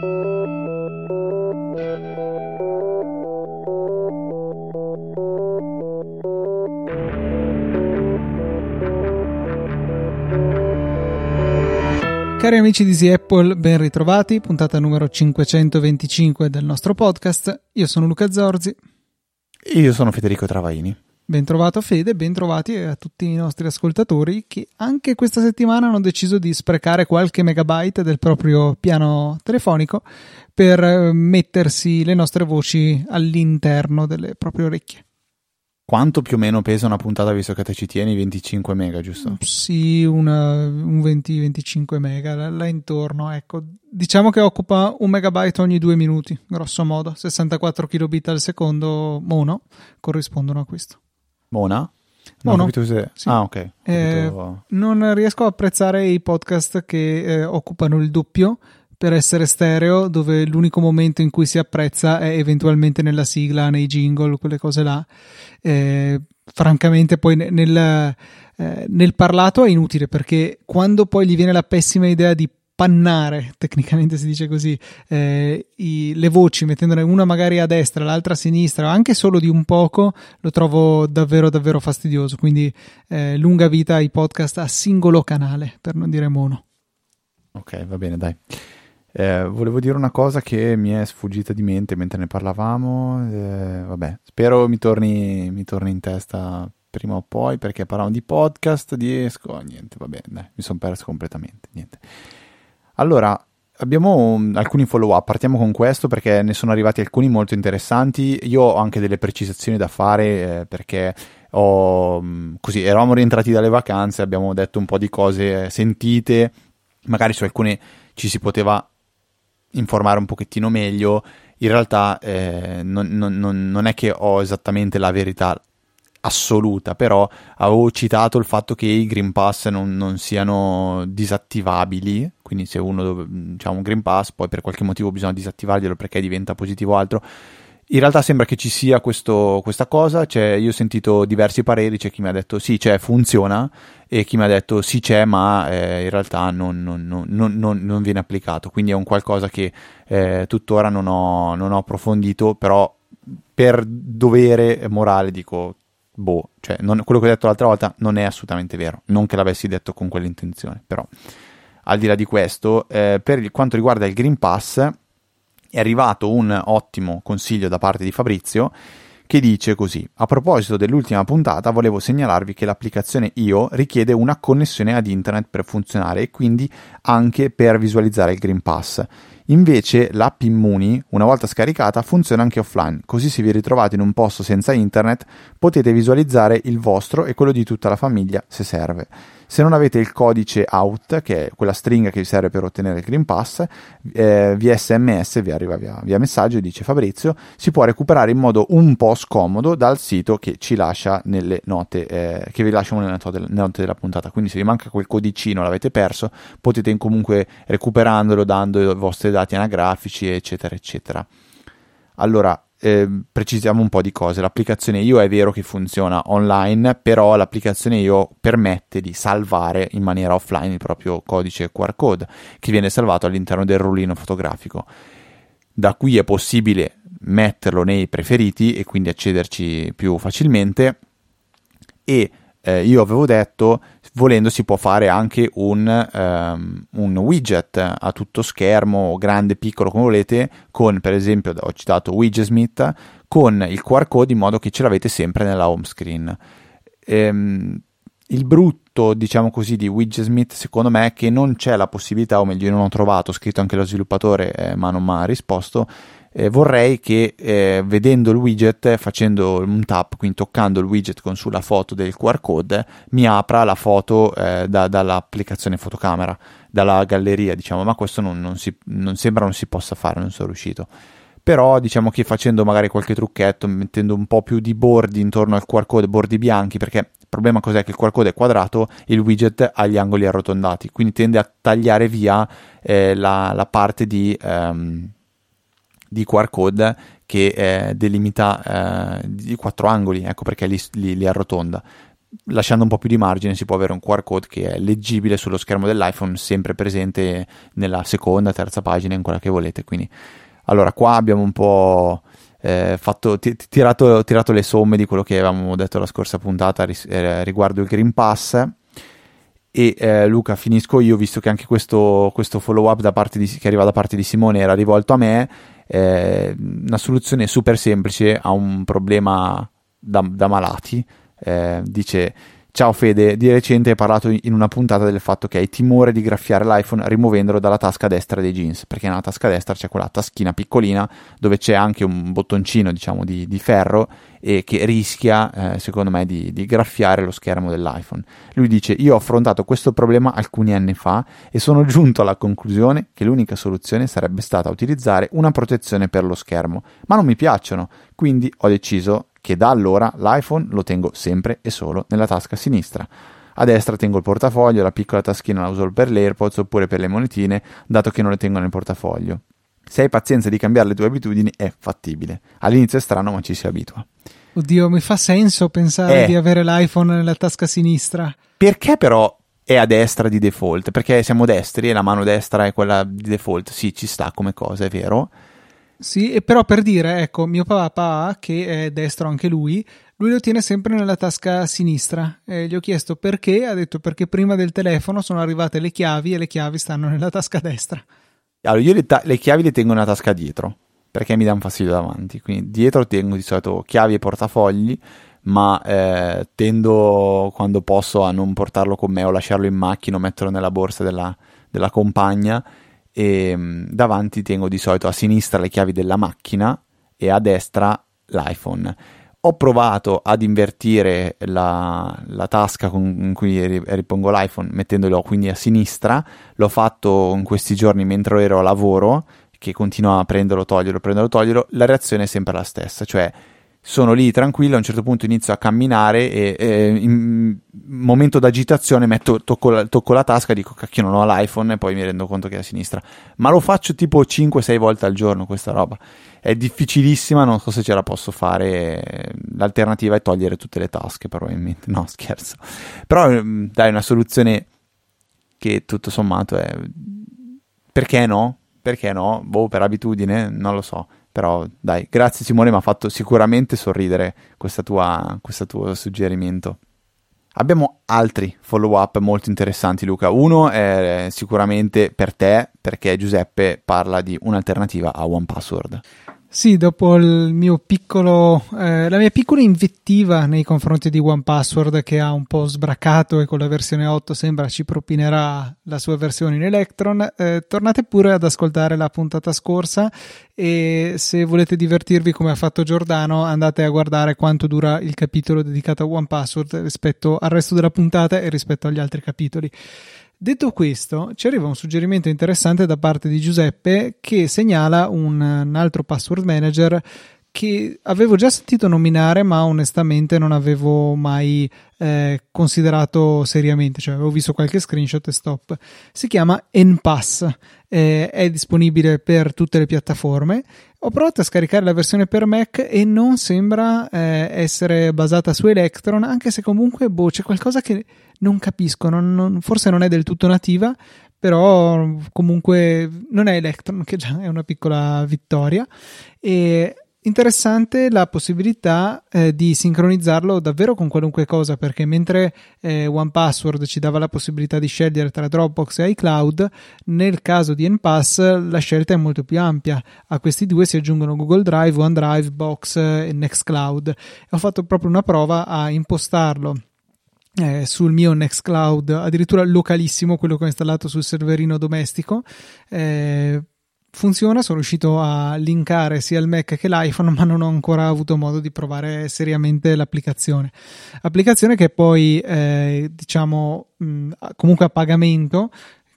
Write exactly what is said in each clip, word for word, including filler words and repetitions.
Cari amici di Easy Apple, ben ritrovati, puntata numero cinquecentoventicinque del nostro podcast. Io sono Luca Zorzi. Io sono Federico Travaini. Ben trovato Fede, ben trovati a tutti i nostri ascoltatori che anche questa settimana hanno deciso di sprecare qualche megabyte del proprio piano telefonico per mettersi le nostre voci all'interno delle proprie orecchie. Quanto più o meno pesa una puntata, visto che te ci tieni? venticinque mega, giusto? Sì, una, un venti venticinque mega, là, là intorno, ecco. Diciamo che occupa un megabyte ogni due minuti, grosso modo. sessantaquattro kilobit al secondo mono corrispondono a questo. Mona? Non Mono. ho capito se... Sì. Ah, ok. Eh, non riesco a apprezzare i podcast che eh, occupano il doppio per essere stereo, dove l'unico momento in cui si apprezza è eventualmente nella sigla, nei jingle, quelle cose là. Eh, francamente poi nel, eh, nel parlato è inutile, perché quando poi gli viene la pessima idea di pannare, tecnicamente si dice così, eh, i, le voci, mettendone una magari a destra, l'altra a sinistra, anche solo di un poco, lo trovo davvero davvero fastidioso. Quindi eh, lunga vita ai podcast a singolo canale, per non dire mono. Ok, va bene, dai. Eh, volevo dire una cosa che mi è sfuggita di mente mentre ne parlavamo. Eh, vabbè, spero mi torni, mi torni in testa prima o poi, perché parlavamo di podcast, di esco, niente, vabbè, dai, mi sono perso completamente, niente. Allora, abbiamo alcuni follow up, partiamo con questo perché ne sono arrivati alcuni molto interessanti. Io ho anche delle precisazioni da fare, eh, perché ho, così, eravamo rientrati dalle vacanze, abbiamo detto un po' di cose sentite, magari su alcune ci si poteva informare un pochettino meglio. In realtà eh, non, non, non è che ho esattamente la verità assoluta, però avevo citato il fatto che i Green Pass non, non siano disattivabili, quindi se uno ha diciamo, un Green Pass poi per qualche motivo bisogna disattivarglielo perché diventa positivo o altro. In realtà sembra che ci sia questo, questa cosa, cioè, io ho sentito diversi pareri, c'è chi mi ha detto sì, c'è, funziona, e chi mi ha detto sì c'è, ma eh, in realtà non, non, non, non, non viene applicato, quindi è un qualcosa che eh, tuttora non ho, non ho approfondito, però per dovere morale dico boh, cioè non, quello che ho detto l'altra volta non è assolutamente vero, non che l'avessi detto con quell'intenzione. Però al di là di questo, eh, per quanto riguarda il Green Pass è arrivato un ottimo consiglio da parte di Fabrizio che dice così: a proposito dell'ultima puntata volevo segnalarvi che l'applicazione Io richiede una connessione ad internet per funzionare e quindi anche per visualizzare il Green Pass. Invece l'app Immuni, una volta scaricata, funziona anche offline, così se vi ritrovate in un posto senza internet potete visualizzare il vostro e quello di tutta la famiglia se serve. Se non avete il codice O U T, che è quella stringa che vi serve per ottenere il Green Pass, eh, via S M S, vi arriva via, via messaggio, dice Fabrizio, si può recuperare in modo un po' scomodo dal sito che ci lascia nelle note, eh, che vi lasciamo nelle note, nelle note della puntata. Quindi se vi manca quel codicino, l'avete perso, potete comunque recuperandolo dando i vostri dati anagrafici, eccetera, eccetera. Allora, Eh, precisiamo un po' di cose. L'applicazione Io è vero che funziona online, però l'applicazione Io permette di salvare in maniera offline il proprio codice Q R code che viene salvato all'interno del rullino fotografico. Da qui è possibile metterlo nei preferiti e quindi accederci più facilmente. E eh, io avevo detto, volendo si può fare anche un, um, un widget a tutto schermo, grande, piccolo, come volete, con, per esempio, ho citato Widgesmith, con il Q R code in modo che ce l'avete sempre nella home screen. Ehm, il brutto, diciamo così, di Widgesmith secondo me è che non c'è la possibilità, o meglio io non ho trovato, ho scritto anche lo sviluppatore eh, ma non mi ha risposto. Eh, vorrei che eh, vedendo il widget, facendo un tap, quindi toccando il widget con sulla foto del Q R code, mi apra la foto eh, da, dall'applicazione fotocamera, dalla galleria, diciamo, ma questo non, non, si, non sembra non si possa fare, non sono riuscito. Però diciamo che facendo magari qualche trucchetto, mettendo un po' più di bordi intorno al Q R code, bordi bianchi, perché il problema cos'è? Che il Q R code è quadrato, il widget ha gli angoli arrotondati, quindi tende a tagliare via eh, la, la parte di... Um, di Q R code che eh, delimita eh, di quattro angoli, ecco perché li, li, li arrotonda. lasciando un po' più di margine si può avere un Q R code che è leggibile sullo schermo dell'iPhone, sempre presente nella seconda, terza pagina, in quella che volete. Quindi allora qua abbiamo un po' eh, fatto, t- tirato, tirato le somme di quello che avevamo detto la scorsa puntata ris- eh, riguardo il Green Pass. E eh, Luca, finisco io, visto che anche questo, questo follow up da parte di, che arriva da parte di Simone era rivolto a me. Eh, una soluzione super semplice a un problema da, da malati. Eh, dice: ciao Fede, di recente hai parlato in una puntata del fatto che hai timore di graffiare l'iPhone rimuovendolo dalla tasca destra dei jeans, perché nella tasca destra c'è quella taschina piccolina dove c'è anche un bottoncino, diciamo, di, di ferro, e che rischia eh, secondo me di, di graffiare lo schermo dell'iPhone. Lui dice: io ho affrontato questo problema alcuni anni fa e sono giunto alla conclusione che l'unica soluzione sarebbe stata utilizzare una protezione per lo schermo, ma non mi piacciono, quindi ho deciso che da allora l'iPhone lo tengo sempre e solo nella tasca sinistra. A destra tengo il portafoglio, la piccola taschina la uso per l'AirPods oppure per le monetine, dato che non le tengo nel portafoglio. Se hai pazienza di cambiare le tue abitudini è fattibile. All'inizio è strano, ma ci si abitua. Oddio, mi fa senso pensare Eh. di avere l'iPhone nella tasca sinistra. Perché però è a destra di default? Perché siamo destri e la mano destra è quella di default. Sì, ci sta come cosa, è vero. Sì, e però per dire, ecco, mio papà, che è destro anche lui, lui lo tiene sempre nella tasca sinistra. Eh, gli ho chiesto perché, ha detto perché prima del telefono sono arrivate le chiavi e le chiavi stanno nella tasca destra. Allora, io le, ta- le chiavi le tengo nella tasca dietro, perché mi danno fastidio davanti. Quindi dietro tengo di solito chiavi e portafogli, ma eh, tendo quando posso a non portarlo con me o lasciarlo in macchina o metterlo nella borsa della, della compagna. E mh, davanti tengo di solito a sinistra le chiavi della macchina e a destra l'iPhone. Ho provato ad invertire la, la tasca con in cui ripongo l'iPhone, mettendolo quindi a sinistra. L'ho fatto in questi giorni mentre ero a lavoro, che continua a prenderlo, toglierlo, prenderlo, toglierlo. La reazione è sempre la stessa, cioè sono lì tranquillo, a un certo punto inizio a camminare e, e in momento d'agitazione metto, tocco, la, tocco la tasca, dico cacchio non ho l'iPhone e poi mi rendo conto che è a sinistra. Ma lo faccio tipo cinque sei volte al giorno questa roba. È difficilissima, non so se ce la posso fare. L'alternativa è togliere tutte le tasche probabilmente, no scherzo. Però dai, una soluzione che tutto sommato è... Perché no? Perché no? Boh, per abitudine? Non lo so. Però dai, grazie Simone, mi ha fatto sicuramente sorridere questa tua, questo tuo suggerimento. Abbiamo altri follow up molto interessanti, Luca. Uno è sicuramente per te, perché Giuseppe parla di un'alternativa a one password. Sì, dopo il mio piccolo, eh, la mia piccola invettiva nei confronti di one password, che ha un po' sbracato e con la versione otto sembra ci propinerà la sua versione in Electron, eh, tornate pure ad ascoltare la puntata scorsa e se volete divertirvi come ha fatto Giordano andate a guardare quanto dura il capitolo dedicato a one password rispetto al resto della puntata e rispetto agli altri capitoli. Detto questo, ci arriva un suggerimento interessante da parte di Giuseppe che segnala un, un altro password manager che avevo già sentito nominare ma onestamente non avevo mai eh, considerato seriamente, cioè avevo visto qualche screenshot e stop. Si chiama Enpass, eh, è disponibile per tutte le piattaforme. Ho provato a scaricare la versione per Mac e non sembra eh, essere basata su Electron, anche se comunque boh, c'è qualcosa che non capisco, non, non, forse non è del tutto nativa, però comunque non è Electron, che già è una piccola vittoria. E interessante la possibilità eh, di sincronizzarlo davvero con qualunque cosa, perché mentre eh, one password ci dava la possibilità di scegliere tra Dropbox e iCloud, nel caso di Enpass la scelta è molto più ampia. A questi due si aggiungono Google Drive, OneDrive, Box e Nextcloud. Ho fatto proprio una prova a impostarlo Eh, sul mio Nextcloud, addirittura localissimo, quello che ho installato sul serverino domestico. Eh, funziona, sono riuscito a linkare sia il Mac che l'iPhone, ma non ho ancora avuto modo di provare seriamente l'applicazione. Applicazione che poi eh, diciamo mh, comunque a pagamento,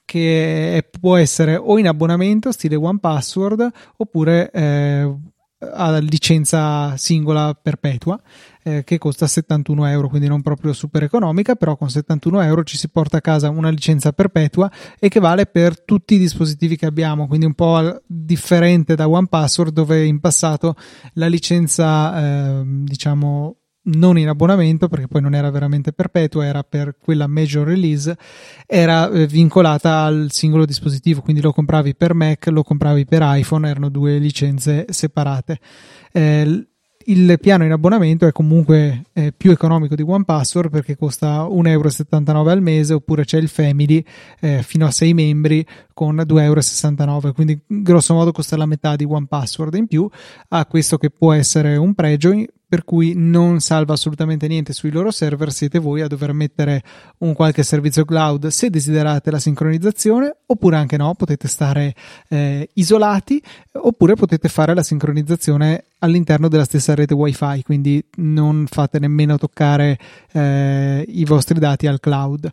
che può essere o in abbonamento stile one password oppure eh, a licenza singola perpetua, eh, che costa settantuno euro, quindi non proprio super economica, però con settantuno euro ci si porta a casa una licenza perpetua e che vale per tutti i dispositivi che abbiamo, quindi un po' differente da one password, dove in passato la licenza eh, diciamo non in abbonamento, perché poi non era veramente perpetua, era per quella major release, era eh, vincolata al singolo dispositivo, quindi lo compravi per Mac, lo compravi per iPhone, erano due licenze separate. Eh, il piano in abbonamento è comunque eh, più economico di one password, perché costa un euro e settantanove al mese, oppure c'è il Family eh, fino a sei membri con due euro e sessantanove, quindi grosso modo costa la metà di one password. In più ha questo che può essere un pregio, per cui non salva assolutamente niente sui loro server, siete voi a dover mettere un qualche servizio cloud se desiderate la sincronizzazione, oppure anche no, potete stare eh, isolati, oppure potete fare la sincronizzazione all'interno della stessa rete wifi, quindi non fate nemmeno toccare eh, i vostri dati al cloud.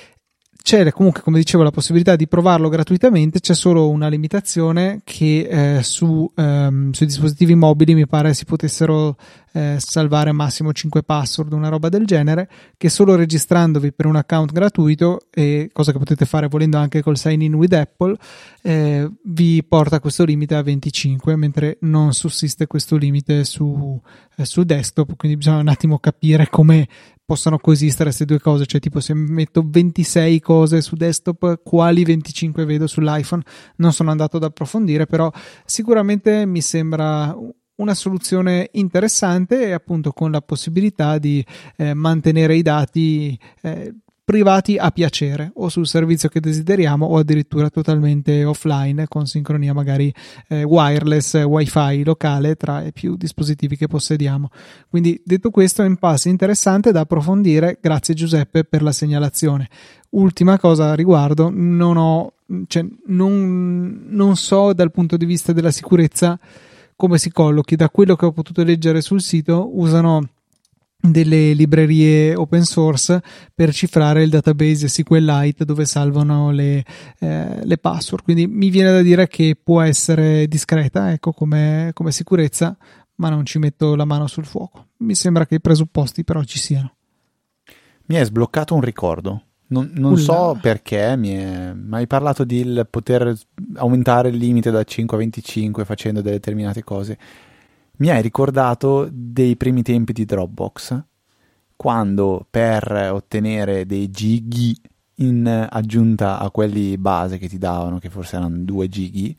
C'è comunque, come dicevo, la possibilità di provarlo gratuitamente. C'è solo una limitazione, che eh, su, ehm, sui dispositivi mobili mi pare si potessero eh, salvare massimo cinque password, una roba del genere, che solo registrandovi per un account gratuito, e cosa che potete fare volendo anche col sign in with Apple, eh, vi porta questo limite a venticinque, mentre non sussiste questo limite su, eh, su desktop, quindi bisogna un attimo capire come possano coesistere queste due cose, cioè tipo se metto ventisei cose su desktop, quali venticinque vedo sull'iPhone. Non sono andato ad approfondire, però sicuramente mi sembra una soluzione interessante, e appunto con la possibilità di eh, mantenere i dati eh, privati a piacere, o sul servizio che desideriamo, o addirittura totalmente offline, con sincronia magari eh, wireless, wifi locale tra i più dispositivi che possediamo. Quindi, detto questo, è un passo interessante da approfondire. Grazie Giuseppe per la segnalazione. Ultima cosa a riguardo, non ho, cioè, non, non so dal punto di vista della sicurezza come si collochi. Da quello che ho potuto leggere sul sito, usano delle librerie open source per cifrare il database SQLite dove salvano le, eh, le password, quindi mi viene da dire che può essere discreta, ecco, come, come sicurezza, ma non ci metto la mano sul fuoco. Mi sembra che i presupposti però ci siano. Mi è sbloccato un ricordo, non, non so perché, mi è... mi hai parlato di il poter aumentare il limite da cinque a venticinque facendo delle determinate cose. Mi hai ricordato dei primi tempi di Dropbox, quando per ottenere dei gighi in aggiunta a quelli base che ti davano, che forse erano due gighi,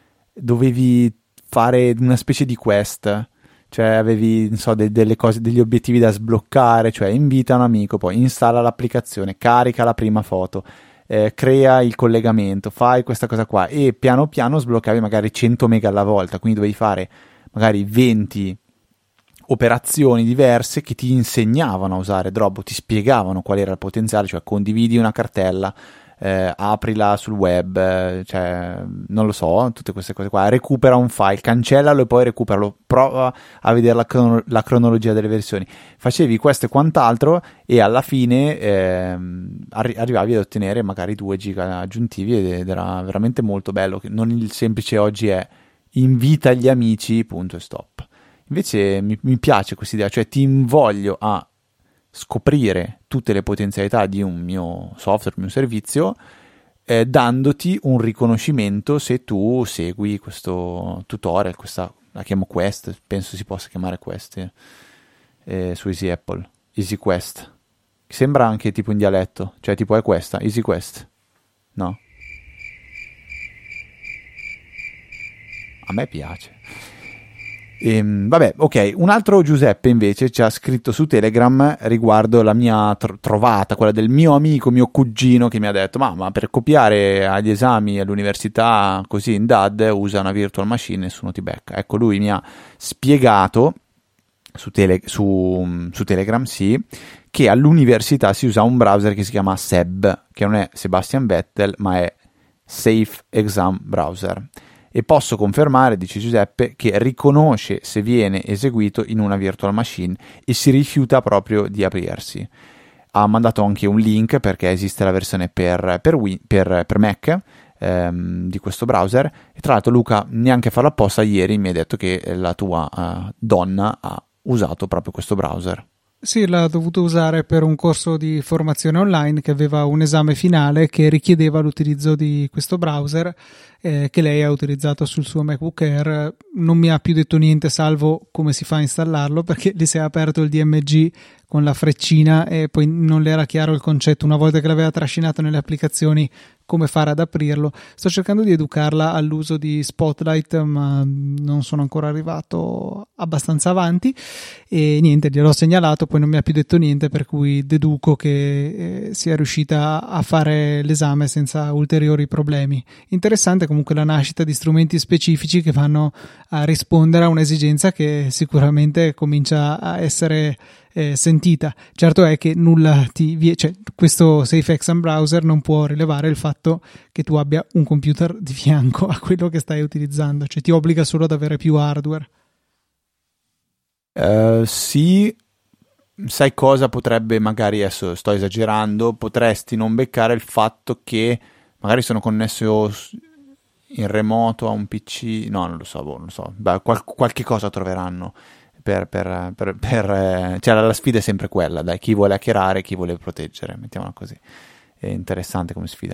dovevi fare una specie di quest, cioè avevi, non so, de- delle cose, degli obiettivi da sbloccare, cioè invita un amico, poi installa l'applicazione, carica la prima foto, eh, crea il collegamento, fai questa cosa qua, e piano piano sbloccavi magari cento mega alla volta, quindi dovevi fare magari venti operazioni diverse che ti insegnavano a usare Dropbox, ti spiegavano qual era il potenziale, cioè condividi una cartella, eh, aprila sul web, eh, cioè non lo so, tutte queste cose qua, recupera un file, cancellalo e poi recuperalo, prova a vedere la, crono- la cronologia delle versioni. Facevi questo e quant'altro, e alla fine eh, arri- arrivavi ad ottenere magari due giga aggiuntivi, ed era veramente molto bello. Non il semplice oggi è invita gli amici, punto e stop. Invece mi, mi piace questa idea, cioè ti invoglio a scoprire tutte le potenzialità di un mio software, un mio servizio, eh, dandoti un riconoscimento se tu segui questo tutorial, questa la chiamo quest, penso si possa chiamare quest eh, su Easy Apple, Easy Quest, sembra anche tipo in dialetto, cioè tipo è questa, Easy Quest, no? A me piace. Ehm, vabbè, ok. Un altro Giuseppe invece ci ha scritto su Telegram riguardo la mia tro- trovata, quella del mio amico, mio cugino, che mi ha detto: ma, ma per copiare agli esami all'università così in D A D usa una virtual machine, nessuno ti becca. Ecco, lui mi ha spiegato su, tele- su, su Telegram, sì, che all'università si usa un browser che si chiama S E B, che non è Sebastian Vettel, ma è Safe Exam Browser. E posso confermare, dice Giuseppe, che riconosce se viene eseguito in una virtual machine e si rifiuta proprio di aprirsi. Ha mandato anche un link, perché esiste la versione per, per, Wii, per, per Mac ehm, di questo browser. E tra l'altro, Luca, neanche a farlo apposta, ieri mi ha detto che la tua uh, donna ha usato proprio questo browser. Sì, l'ha dovuto usare per un corso di formazione online che aveva un esame finale che richiedeva l'utilizzo di questo browser eh, che lei ha utilizzato sul suo MacBook Air. Non mi ha più detto niente salvo come si fa a installarlo, perché lì si è aperto il D M G con la freccina e poi non le era chiaro il concetto. Una volta che l'aveva trascinato nelle applicazioni, come fare ad aprirlo. Sto cercando di educarla all'uso di Spotlight, ma non sono ancora arrivato abbastanza avanti e niente, gliel'ho segnalato, poi non mi ha più detto niente, per cui deduco che eh, sia riuscita a fare l'esame senza ulteriori problemi. Interessante comunque la nascita di strumenti specifici che vanno a rispondere a un'esigenza che sicuramente comincia a essere Eh, sentita. Certo è che nulla ti vie- cioè, questo SafeExam browser non può rilevare il fatto che tu abbia un computer di fianco a quello che stai utilizzando, cioè ti obbliga solo ad avere più hardware. Uh, sì, sai cosa potrebbe, magari adesso sto esagerando, potresti non beccare il fatto che magari sono connesso in remoto a un P C, no, non lo so, boh, non lo so. Beh, qual- qualche cosa troveranno. Per, per, per, per, eh, cioè la sfida è sempre quella, dai, chi vuole hackerare, chi vuole proteggere, mettiamola così. È interessante come sfida.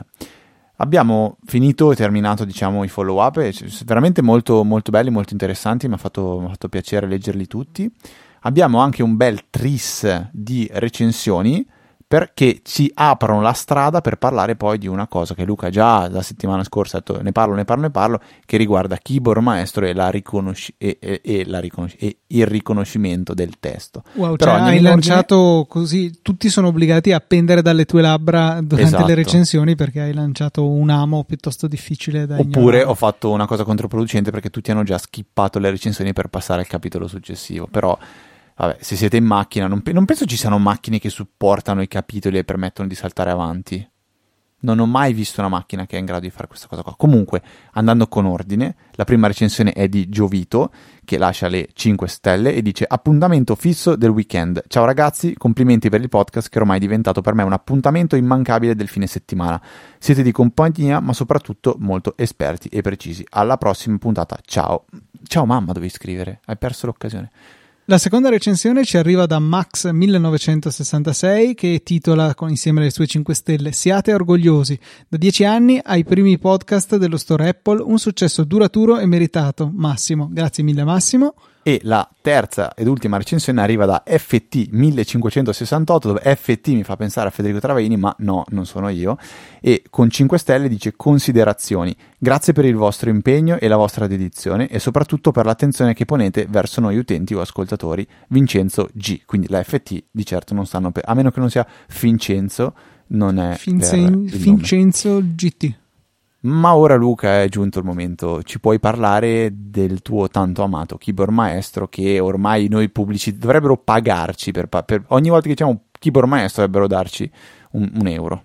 Abbiamo finito e terminato, diciamo, i follow up, veramente molto, molto belli, molto interessanti, mi ha fatto, mi ha fatto piacere leggerli tutti. Abbiamo anche un bel tris di recensioni perché ci aprono la strada per parlare poi di una cosa che Luca già la settimana scorsa ha detto, ne parlo, ne parlo, ne parlo, che riguarda Keyboard Maestro e, la riconosci- e, e, e, la riconosci- e il riconoscimento del testo. Wow, Però cioè hai in lanciato ordine... così, tutti sono obbligati a pendere dalle tue labbra durante esatto. le recensioni perché hai lanciato un amo piuttosto difficile da Oppure ignorare. ho fatto una cosa controproducente perché tutti hanno già skippato le recensioni per passare al capitolo successivo, però... Vabbè, se siete in macchina, non, pe- non penso ci siano macchine che supportano i capitoli e permettono di saltare avanti. Non ho mai visto una macchina che è in grado di fare questa cosa qua. Comunque, andando con ordine, la prima recensione è di Giovito, che lascia le cinque stelle e dice: appuntamento fisso del weekend. Ciao ragazzi, complimenti per il podcast che ormai è diventato per me un appuntamento immancabile del fine settimana. Siete di compagnia, ma soprattutto molto esperti e precisi. Alla prossima puntata, ciao. Ciao mamma, dovevi scrivere, hai perso l'occasione. La seconda recensione ci arriva da Max millenovecentosessantasei, che titola con, insieme alle sue cinque stelle: siate orgogliosi, da dieci anni ai primi podcast dello store Apple, un successo duraturo e meritato. Massimo, grazie mille Massimo. E la terza ed ultima recensione arriva da F T millecinquecentosessantotto, dove F T mi fa pensare a Federico Travaini, ma no, non sono io, e con cinque stelle dice: considerazioni, grazie per il vostro impegno e la vostra dedizione e soprattutto per l'attenzione che ponete verso noi utenti o ascoltatori. Vincenzo G. Quindi la F T di certo non stanno per, a meno che non sia Vincenzo, non è Finzen- per il Vincenzo G T. Ma ora Luca è giunto il momento, ci puoi parlare del tuo tanto amato Keyboard Maestro, che ormai noi pubblici dovrebbero pagarci per, per ogni volta che diciamo Keyboard Maestro dovrebbero darci un, un euro.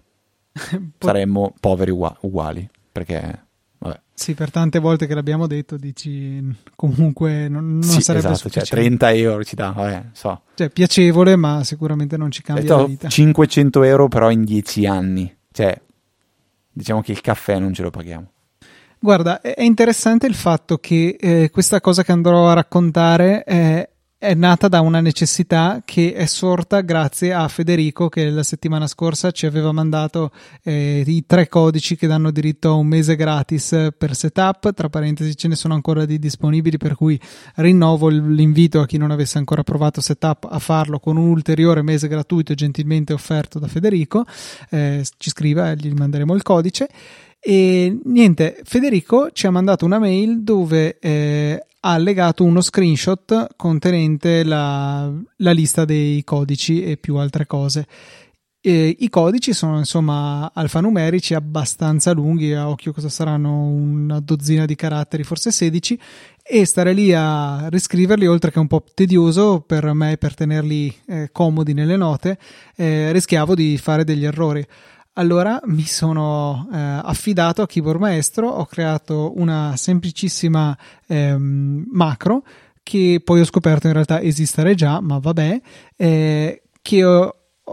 Saremmo poveri ugua- uguali, perché vabbè. Sì, per tante volte che l'abbiamo detto dici comunque non, non sì, sarebbe esatto, sufficiente. Cioè trenta euro ci dà, vabbè, so. Cioè piacevole, ma sicuramente non ci cambia la vita. cinquecento euro però in dieci anni, cioè diciamo che il caffè non ce lo paghiamo. Guarda, è interessante il fatto che eh, questa cosa che andrò a raccontare è, è nata da una necessità che è sorta grazie a Federico, che la settimana scorsa ci aveva mandato eh, i tre codici che danno diritto a un mese gratis per Setup. Tra parentesi ce ne sono ancora di disponibili, per cui rinnovo l'invito a chi non avesse ancora provato Setup a farlo con un ulteriore mese gratuito gentilmente offerto da Federico. Eh, ci scriva e gli manderemo il codice. E niente, Federico ci ha mandato una mail dove eh, ha allegato uno screenshot contenente la, la lista dei codici e più altre cose. E i codici sono insomma alfanumerici abbastanza lunghi, a occhio cosa saranno una dozzina di caratteri, forse sedici, e stare lì a riscriverli, oltre che un po' tedioso per me per tenerli eh, comodi nelle note, eh, rischiavo di fare degli errori. Allora mi sono eh, affidato a Keyboard Maestro, ho creato una semplicissima ehm, macro che poi ho scoperto in realtà esistere già, ma vabbè, eh, che ho,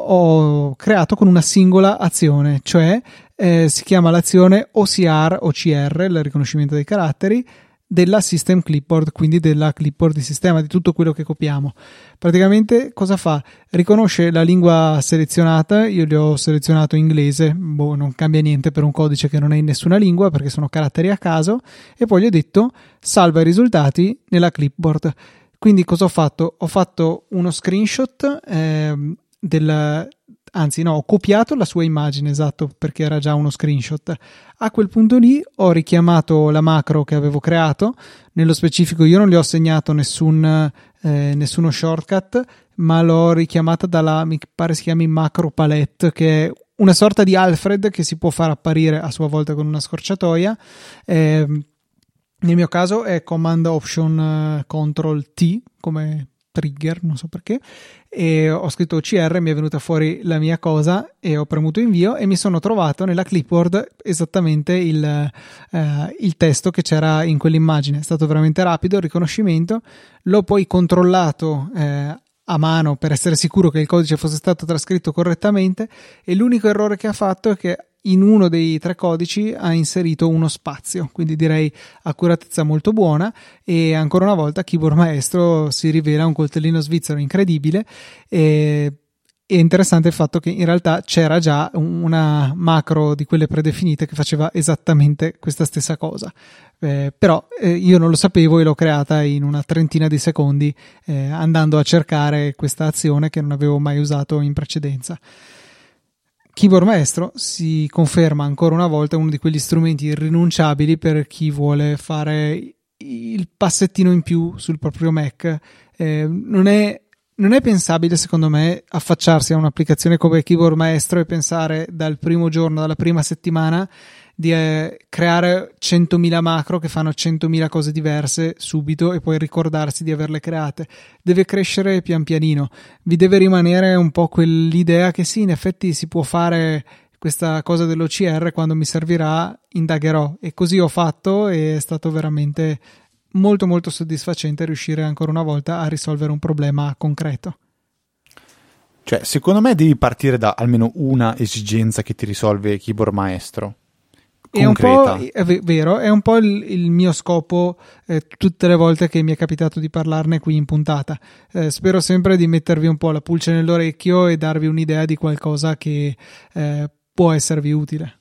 ho creato con una singola azione, cioè eh, si chiama l'azione O C R, O C R, il riconoscimento dei caratteri, della system clipboard, quindi della clipboard di sistema, di tutto quello che copiamo. Praticamente cosa fa? Riconosce la lingua selezionata, io li ho selezionato inglese, boh, non cambia niente per un codice che non è in nessuna lingua perché sono caratteri a caso, e poi gli ho detto salva i risultati nella clipboard. Quindi cosa ho fatto? Ho fatto uno screenshot eh, del... Anzi no, ho copiato la sua immagine, esatto, perché era già uno screenshot. A quel punto lì ho richiamato la macro che avevo creato. Nello specifico io non gli ho assegnato nessun, eh, nessuno shortcut, ma l'ho richiamata dalla, mi pare si chiami macro palette, che è una sorta di Alfred che si può far apparire a sua volta con una scorciatoia. Eh, nel mio caso è Command Option Control T, come trigger, non so perché, e ho scritto O C R, mi è venuta fuori la mia cosa e ho premuto invio e mi sono trovato nella clipboard esattamente il, eh, il testo che c'era in quell'immagine. È stato veramente rapido il riconoscimento, l'ho poi controllato eh, a mano per essere sicuro che il codice fosse stato trascritto correttamente, e l'unico errore che ha fatto è che in uno dei tre codici ha inserito uno spazio, quindi direi accuratezza molto buona, e ancora una volta Keyboard Maestro si rivela un coltellino svizzero incredibile. E è interessante il fatto che in realtà c'era già una macro di quelle predefinite che faceva esattamente questa stessa cosa, eh, però eh, io non lo sapevo e l'ho creata in una trentina di secondi eh, andando a cercare questa azione che non avevo mai usato in precedenza. Keyboard Maestro si conferma ancora una volta uno di quegli strumenti irrinunciabili per chi vuole fare il passettino in più sul proprio Mac. Eh, non è, non è pensabile, secondo me, affacciarsi a un'applicazione come Keyboard Maestro e pensare dal primo giorno, dalla prima settimana, di eh, creare centomila macro che fanno centomila cose diverse subito e poi ricordarsi di averle create. Deve crescere pian pianino, vi deve rimanere un po' quell'idea che sì, in effetti si può fare questa cosa dell'O C R, quando mi servirà indagherò, e così ho fatto, e è stato veramente molto molto soddisfacente riuscire ancora una volta a risolvere un problema concreto. Cioè, secondo me devi partire da almeno una esigenza che ti risolve Keyboard Maestro. È un po', è vero, è un po' il, il mio scopo eh, tutte le volte che mi è capitato di parlarne qui in puntata. Eh, spero sempre di mettervi un po' la pulce nell'orecchio e darvi un'idea di qualcosa che eh, può esservi utile.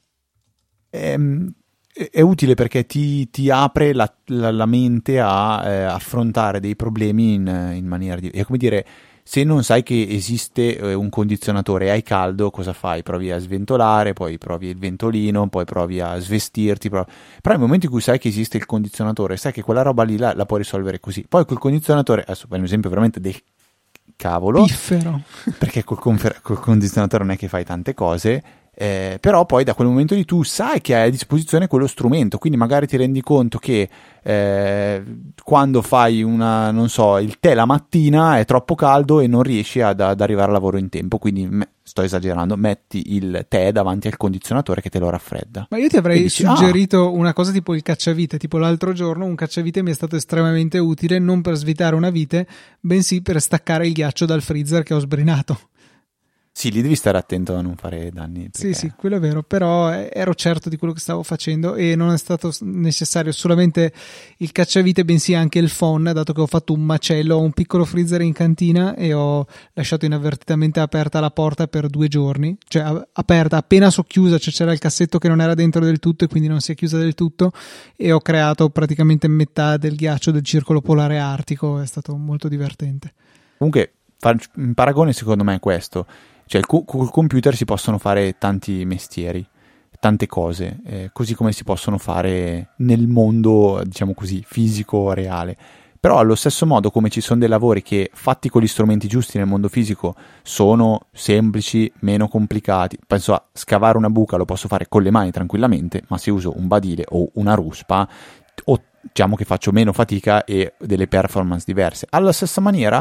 È, è utile perché ti, ti apre la, la, la mente a eh, affrontare dei problemi in, in maniera di... È come dire... Se non sai che esiste eh, un condizionatore e hai caldo, cosa fai? Provi a sventolare, poi provi il ventolino, poi provi a svestirti. Provi... Però nel momento in cui sai che esiste il condizionatore, sai che quella roba lì la, la puoi risolvere così. Poi col condizionatore, adesso fai un esempio veramente del cavolo, piffero, perché col, confer- col condizionatore non è che fai tante cose, eh, però poi da quel momento lì tu sai che hai a disposizione quello strumento, quindi magari ti rendi conto che eh, quando fai una, non so, il tè la mattina è troppo caldo e non riesci ad, ad arrivare al lavoro in tempo, quindi me, sto esagerando, metti il tè davanti al condizionatore che te lo raffredda. Ma io ti avrei dici, suggerito ah, una cosa tipo il cacciavite, tipo l'altro giorno un cacciavite mi è stato estremamente utile, non per svitare una vite, bensì per staccare il ghiaccio dal freezer che ho sbrinato. Sì, lì devi stare attento a non fare danni. Perché... Sì, sì, quello è vero, però ero certo di quello che stavo facendo e non è stato necessario solamente il cacciavite, bensì anche il phon, dato che ho fatto un macello, ho un piccolo freezer in cantina e ho lasciato inavvertitamente aperta la porta per due giorni, cioè aperta, appena socchiusa, cioè c'era il cassetto che non era dentro del tutto e quindi non si è chiusa del tutto, e ho creato praticamente metà del ghiaccio del circolo polare artico, è stato molto divertente. Comunque, in paragone secondo me è questo. Cioè, col computer si possono fare tanti mestieri, tante cose, eh, così come si possono fare nel mondo, diciamo così, fisico, reale. Però allo stesso modo, come ci sono dei lavori che fatti con gli strumenti giusti nel mondo fisico sono semplici, meno complicati. Penso a scavare una buca, lo posso fare con le mani tranquillamente, ma se uso un badile o una ruspa, o diciamo che faccio meno fatica e delle performance diverse. Alla stessa maniera,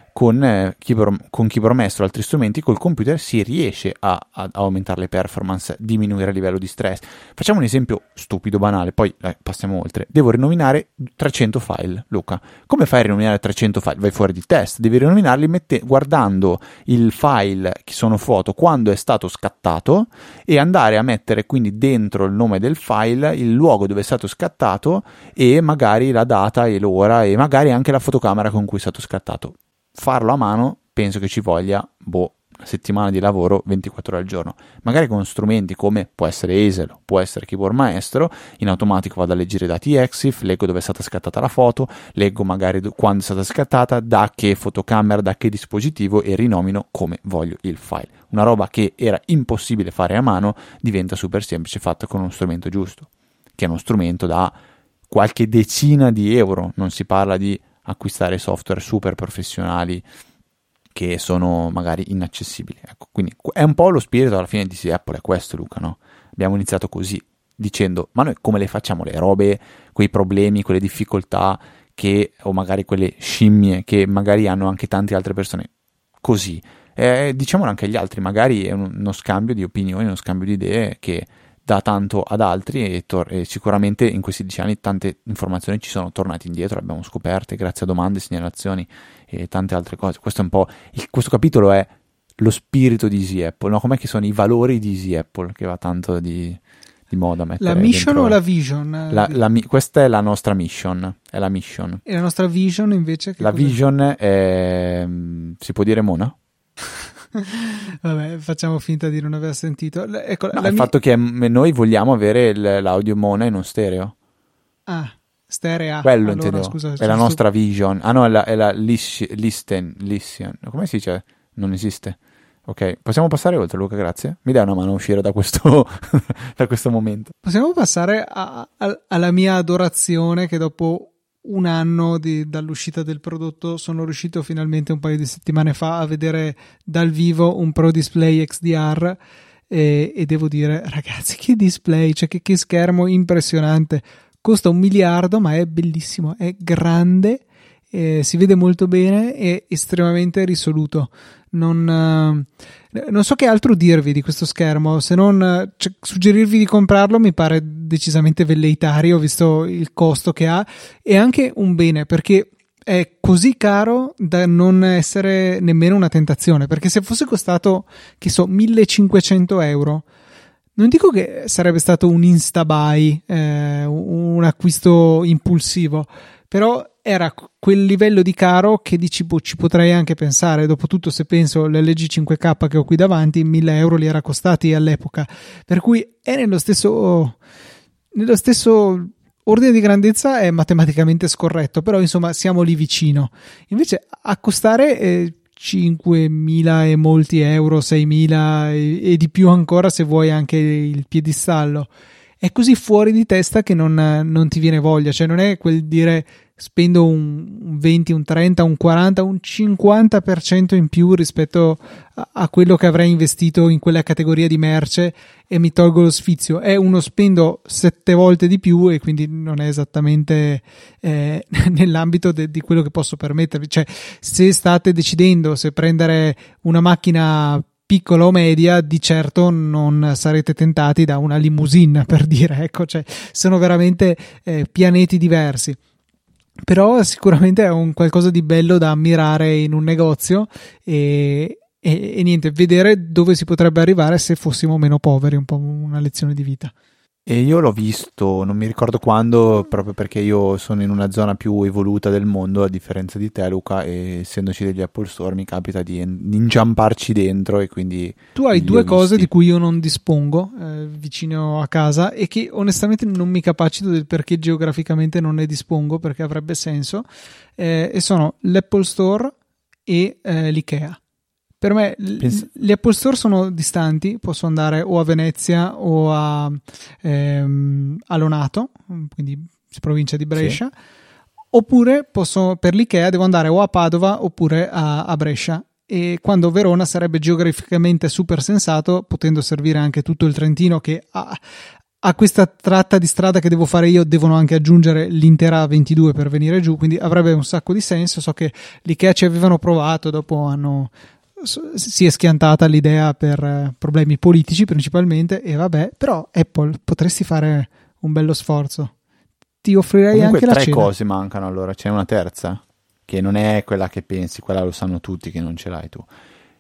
con, eh, keyboard, con keyboard maestro e altri strumenti col computer si riesce a, a, a aumentare le performance, diminuire il livello di stress. Facciamo un esempio stupido, banale, poi eh, passiamo oltre. Devo rinominare trecento file, Luca. Come fai a rinominare trecento file? Vai fuori di test, devi rinominarli mette, guardando il file che sono foto quando è stato scattato e andare a mettere quindi dentro il nome del file, il luogo dove è stato scattato e magari la data e l'ora e magari anche la fotocamera con cui è stato scattato. Farlo a mano penso che ci voglia boh, una settimana di lavoro ventiquattro ore al giorno, magari con strumenti come può essere Easel, può essere Keyboard Maestro. In automatico vado a leggere i dati E X I F, leggo dove è stata scattata la foto, leggo magari quando è stata scattata, da che fotocamera, da che dispositivo e rinomino come voglio il file. Una roba che era impossibile fare a mano diventa super semplice fatta con uno strumento giusto, che è uno strumento da qualche decina di euro, non si parla di acquistare software super professionali che sono magari inaccessibili. Ecco, quindi è un po' lo spirito alla fine di sì, Apple è questo, Luca, no? Abbiamo iniziato così, dicendo ma noi come le facciamo le robe, quei problemi, quelle difficoltà che, o magari quelle scimmie che magari hanno anche tante altre persone, così. Eh, diciamolo anche agli altri, magari è uno scambio di opinioni, uno scambio di idee che dà tanto ad altri e, tor- e sicuramente in questi dieci anni tante informazioni ci sono tornate indietro, le abbiamo scoperte grazie a domande, segnalazioni e tante altre cose. Questo è un po' il, questo capitolo è lo spirito di Easy Apple, no? Com'è che sono i valori di Easy Apple, che va tanto di, di moda mettere la mission dentro. O la vision? La, la, questa è la nostra mission, è la mission. E la nostra vision invece? Che la cos'è? Vision è, si può dire Mona? Vabbè, facciamo finta di non aver sentito. Ecco, no, la il mi... fatto che noi vogliamo avere l'audio mono e non stereo. Ah, stereo. Quello allora, intendevo. scusa, è la nostra stu... vision. Ah no, è la, è la lis- listen, listen. Come si dice? Non esiste. Ok, possiamo passare oltre, Luca, grazie. Mi dai una mano a uscire da questo, da questo momento. Possiamo passare a, a, alla mia adorazione, che dopo un anno di, dall'uscita del prodotto sono riuscito finalmente un paio di settimane fa a vedere dal vivo un Pro Display X D R e, e devo dire, ragazzi, che display, cioè che, che schermo impressionante. Costa un miliardo ma è bellissimo, è grande, eh, si vede molto bene, è estremamente risoluto. Non, eh, non so che altro dirvi di questo schermo, se non cioè, suggerirvi di comprarlo mi pare decisamente velleitario visto il costo che ha, e anche un bene perché è così caro da non essere nemmeno una tentazione, perché se fosse costato, che so, millecinquecento euro, non dico che sarebbe stato un insta-buy, eh, un acquisto impulsivo, però era quel livello di caro che dici, boh, ci potrei anche pensare. Dopotutto, se penso l'L G cinque K che ho qui davanti, mille euro li era costati all'epoca, per cui è nello stesso nello stesso ordine di grandezza, è matematicamente scorretto, però insomma siamo lì vicino. Invece a costare eh, cinquemila e molti euro, seimila e, e di più ancora se vuoi anche il piedistallo, è così fuori di testa che non, non ti viene voglia. Cioè non è quel dire spendo un venti, un trenta, un quaranta, un cinquanta per cento in più rispetto a, a quello che avrei investito in quella categoria di merce e mi tolgo lo sfizio. È uno spendo sette volte di più e quindi non è esattamente eh, nell'ambito de, di quello che posso permettermi. Cioè, se state decidendo se prendere una macchina piccola o media, di certo non sarete tentati da una limousine, per dire, ecco, cioè sono veramente eh, pianeti diversi. Però sicuramente è un qualcosa di bello da ammirare in un negozio e, e, e niente, vedere dove si potrebbe arrivare se fossimo meno poveri, un po' una lezione di vita. E io l'ho visto, non mi ricordo quando, proprio perché io sono in una zona più evoluta del mondo, a differenza di te, Luca, e essendoci degli Apple Store mi capita di, di inciamparci dentro e quindi... Tu hai due cose di cui io non dispongo eh, vicino a casa e che onestamente non mi capacito del perché geograficamente non ne dispongo, perché avrebbe senso, eh, e sono l'Apple Store e eh, l'Ikea. Per me Penso... gli Apple Store sono distanti, posso andare o a Venezia o a, ehm, a Lonato, quindi provincia di Brescia, sì. Oppure posso, per l'Ikea devo andare o a Padova oppure a, a Brescia, e quando Verona sarebbe geograficamente super sensato, potendo servire anche tutto il Trentino che ha, a questa tratta di strada che devo fare io devono anche aggiungere l'intera ventidue per venire giù, quindi avrebbe un sacco di senso. So che l'IKEA ci avevano provato, dopo hanno si è schiantata l'idea per problemi politici principalmente, e vabbè, però Apple, potresti fare un bello sforzo, ti offrirei Comunque anche la tre cena. cose mancano, allora c'è una terza che non è quella che pensi, quella lo sanno tutti che non ce l'hai tu,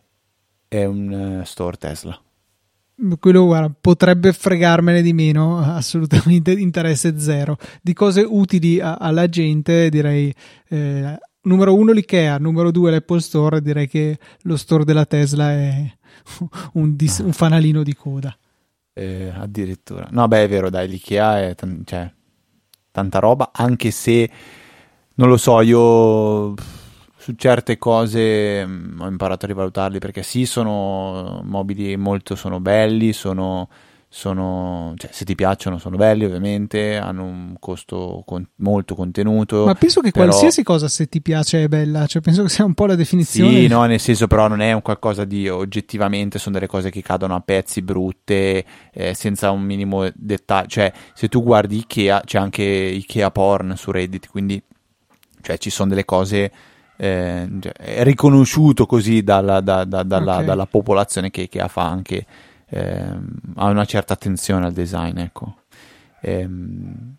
è un uh, store Tesla. Quello, guarda, potrebbe fregarmene di meno, assolutamente interesse zero. Di cose utili a, alla gente direi eh, numero uno l'IKEA, numero due l'Apple Store. Direi che lo store della Tesla è un, dis- un fanalino di coda. Eh, addirittura. No, beh, è vero, dai, l'IKEA è t- cioè, tanta roba, anche se non lo so, io su certe cose mh, ho imparato a rivalutarli, perché sì, sono mobili molto, sono belli, sono, sono cioè, se ti piacciono sono belli, ovviamente, hanno un costo con- molto contenuto. Ma penso che però... qualsiasi cosa, se ti piace, è bella, cioè penso che sia un po' la definizione. Sì, no, nel senso, però non è un qualcosa di, oggettivamente sono delle cose che cadono a pezzi, brutte, eh, senza un minimo dettaglio. Cioè, se tu guardi Ikea, c'è anche Ikea Porn su Reddit, quindi cioè ci sono delle cose eh, è riconosciuto così dalla, da, da, dalla, Okay. dalla popolazione che, che fa anche eh, ha una certa attenzione al design, ecco. Ehm,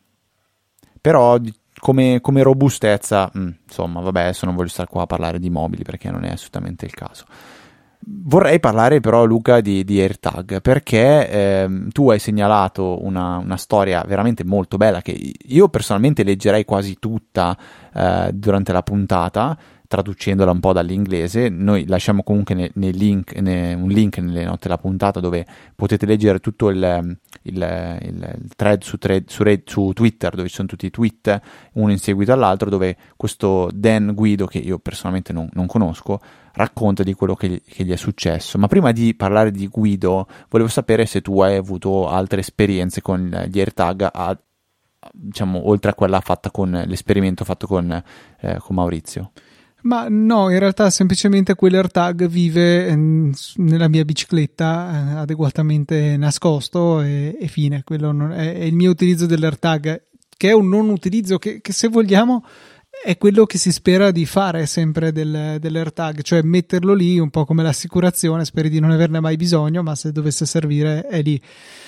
però di- come, come robustezza, mh, insomma, vabbè, adesso non voglio stare qua a parlare di mobili perché non è assolutamente il caso. Vorrei parlare però, Luca, di, di AirTag, perché ehm, tu hai segnalato una, una storia veramente molto bella che io personalmente leggerei quasi tutta eh, durante la puntata, traducendola un po' dall'inglese. Noi lasciamo comunque ne, nei link, ne, un link nelle note della puntata dove potete leggere tutto il, il, il, il thread, su, thread su, Red, su Twitter, dove ci sono tutti i tweet, uno in seguito all'altro, dove questo Dan Guido, che io personalmente non, non conosco, racconta di quello che gli, che gli è successo. Ma prima di parlare di Guido, volevo sapere se tu hai avuto altre esperienze con gli AirTag, a, diciamo, oltre a quella fatta con l'esperimento fatto con, eh, con Maurizio. Ma no, in realtà semplicemente quell'AirTag vive ehm, s- nella mia bicicletta eh, adeguatamente nascosto, e, e fine. Quello non- è, è il mio utilizzo dell'AirTag, che è un non utilizzo che, che se vogliamo è quello che si spera di fare sempre del, dell'AirTag, cioè metterlo lì un po' come l'assicurazione, speri di non averne mai bisogno, ma se dovesse servire è lì.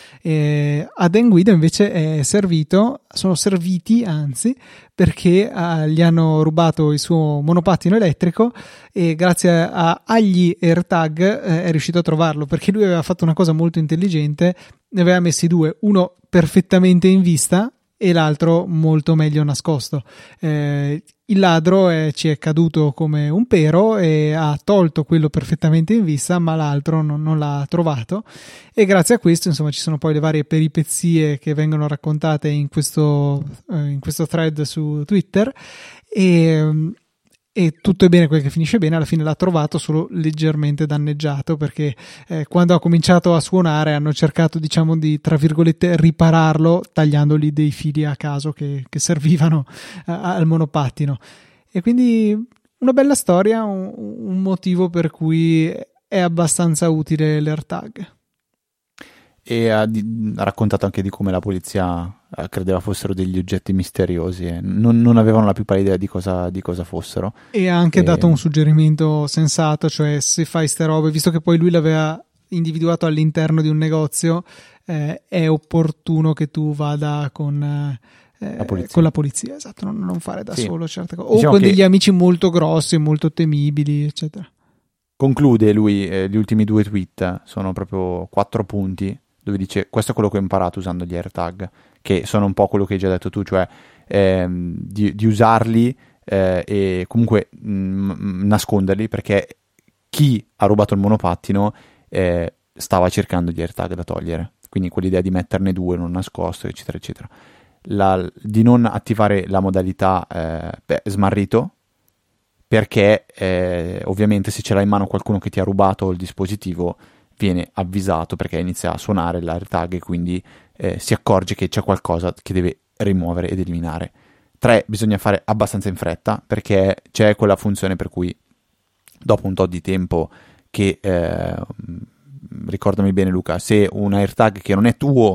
E a Dan Guido invece è servito, sono serviti anzi, perché ah, gli hanno rubato il suo monopattino elettrico, e grazie a- agli AirTag eh, è riuscito a trovarlo, perché lui aveva fatto una cosa molto intelligente, ne aveva messi due, uno perfettamente in vista e l'altro molto meglio nascosto. Eh, il ladro eh, ci è caduto come un pero e ha tolto quello perfettamente in vista, ma l'altro non, non l'ha trovato, e grazie a questo, insomma, ci sono poi le varie peripezie che vengono raccontate in questo, eh, in questo thread su Twitter, e, e tutto è bene quel che finisce bene. Alla fine l'ha trovato solo leggermente danneggiato, perché eh, quando ha cominciato a suonare hanno cercato, diciamo, di, tra virgolette, ripararlo tagliandogli dei fili a caso che, che servivano eh, al monopattino. E quindi una bella storia, un, un motivo per cui è abbastanza utile l'AirTag. E ha, di- ha raccontato anche di come la polizia eh, credeva fossero degli oggetti misteriosi e non, non avevano la più pallida idea di cosa, di cosa fossero. E ha anche E- dato un suggerimento sensato, cioè se fai ste robe, visto che poi lui l'aveva individuato all'interno di un negozio, eh, è opportuno che tu vada con, eh, La polizia. con la polizia, esatto, non, non fare da Sì. solo certe cose, o Diciamo con che- degli amici molto grossi e molto temibili, eccetera. Conclude lui, eh, gli ultimi due tweet sono proprio quattro punti dove dice: questo è quello che ho imparato usando gli AirTag, che sono un po' quello che hai già detto tu, cioè ehm, di, di usarli eh, e comunque mh, nasconderli, perché chi ha rubato il monopattino eh, stava cercando gli AirTag da togliere, quindi quell'idea di metterne due non nascosto, eccetera eccetera. La- di non attivare la modalità eh, beh, smarrito, perché eh, ovviamente se ce l'ha in mano qualcuno che ti ha rubato il dispositivo viene avvisato, perché inizia a suonare l'AirTag e quindi eh, si accorge che c'è qualcosa che deve rimuovere ed eliminare. Tre, bisogna fare abbastanza in fretta, perché c'è quella funzione per cui dopo un tot di tempo che eh, ricordami bene, Luca, se un AirTag che non è tuo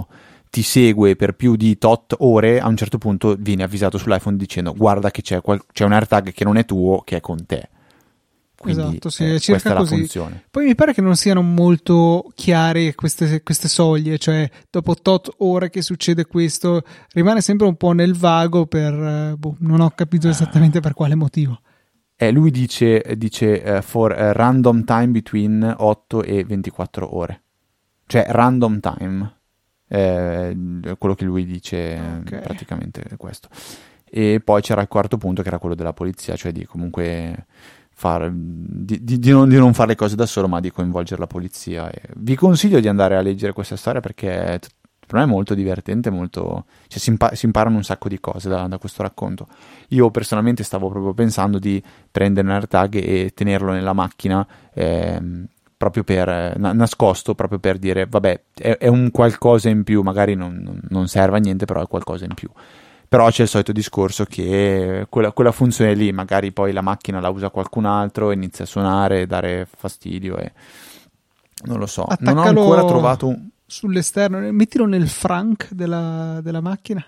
ti segue per più di tot ore, a un certo punto vieni avvisato sull'iPhone dicendo guarda che c'è, qual- c'è un AirTag che non è tuo, che è con te. Quindi, esatto, sì, eh, è circa questa è la così. funzione. Poi mi pare che non siano molto chiare queste, queste soglie, cioè dopo tot ore che succede questo, rimane sempre un po' nel vago per, eh, boh, non ho capito esattamente per quale motivo. Eh, lui dice, dice uh, for a random time between otto e ventiquattro ore. Cioè random time. Eh, quello che lui dice Okay. praticamente è questo. E poi c'era il quarto punto che era quello della polizia, cioè di comunque far, di, di, di, non, di non fare le cose da solo, ma di coinvolgere la polizia. E vi consiglio di andare a leggere questa storia perché per me è molto divertente, molto, cioè si, impa- si imparano un sacco di cose da, da questo racconto. Io personalmente stavo proprio pensando di prendere un AirTag e tenerlo nella macchina, ehm, proprio per na- nascosto, proprio per dire vabbè, è, è un qualcosa in più, magari non, non serve a niente, però è qualcosa in più. Però c'è il solito discorso che quella, quella funzione lì, magari poi la macchina la usa qualcun altro, inizia a suonare, dare fastidio e non lo so. Non ho Attaccalo ancora trovato un... sull'esterno, mettilo nel frunk della, della macchina.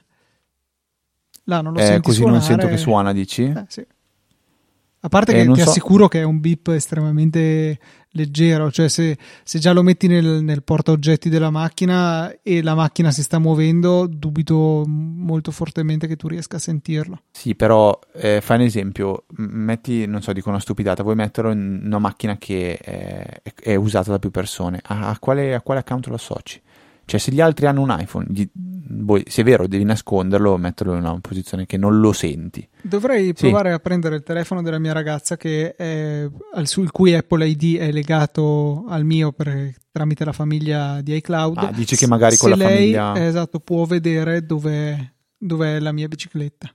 Là non lo Eh, senti così suonare. non sento che suona, dici? Eh, sì. A parte Eh, che non ti so. assicuro che è un beep estremamente leggero, cioè se, se già lo metti nel, nel portaoggetti della macchina e la macchina si sta muovendo, dubito molto fortemente che tu riesca a sentirlo. Sì, però eh, fai un esempio, m- metti, non so, dico una stupidata, vuoi metterlo in una macchina che è, è usata da più persone, a, a quale, a quale account lo associ? Cioè se gli altri hanno un iPhone, gli, voi, se è vero devi nasconderlo, metterlo in una posizione che non lo senti. Dovrei Sì. provare a prendere il telefono della mia ragazza che è, al, sul cui Apple I D è legato al mio per, tramite la famiglia di iCloud. Ah, dici che magari Se con la lei, famiglia... eh, esatto, può vedere dove dov'è la mia bicicletta.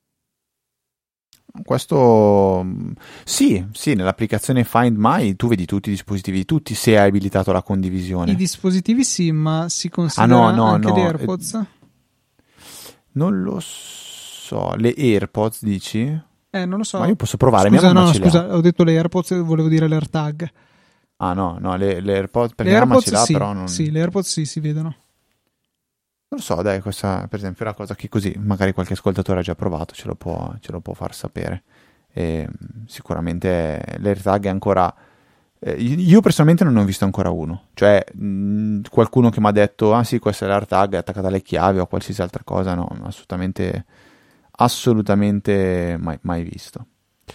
Questo sì, sì, nell'applicazione Find My tu vedi tutti i dispositivi di tutti se hai abilitato la condivisione. I dispositivi sì, ma si Ah considera no, no, anche no, gli eh, AirPods? non lo so, le AirPods dici? Eh, non lo so. Ma io posso provare, Scusa, mia mamma no, ce le ha. scusa, ho detto le AirPods, volevo dire l'AirTag. Ah no, no, le, le AirPods perché Le mia mamma ce AirPods l'ha sì, però non... sì, le AirPods sì, si vedono. Non lo so, dai, questa per esempio è una cosa che così magari qualche ascoltatore ha già provato, ce lo può, ce lo può far sapere. E, mh, sicuramente l'AirTag è ancora... eh, io personalmente non ne ho visto ancora uno. Cioè, mh, qualcuno che mi ha detto, ah sì, questo è l'AirTag, è attaccato alle chiavi o a qualsiasi altra cosa, no, assolutamente, assolutamente mai, mai visto.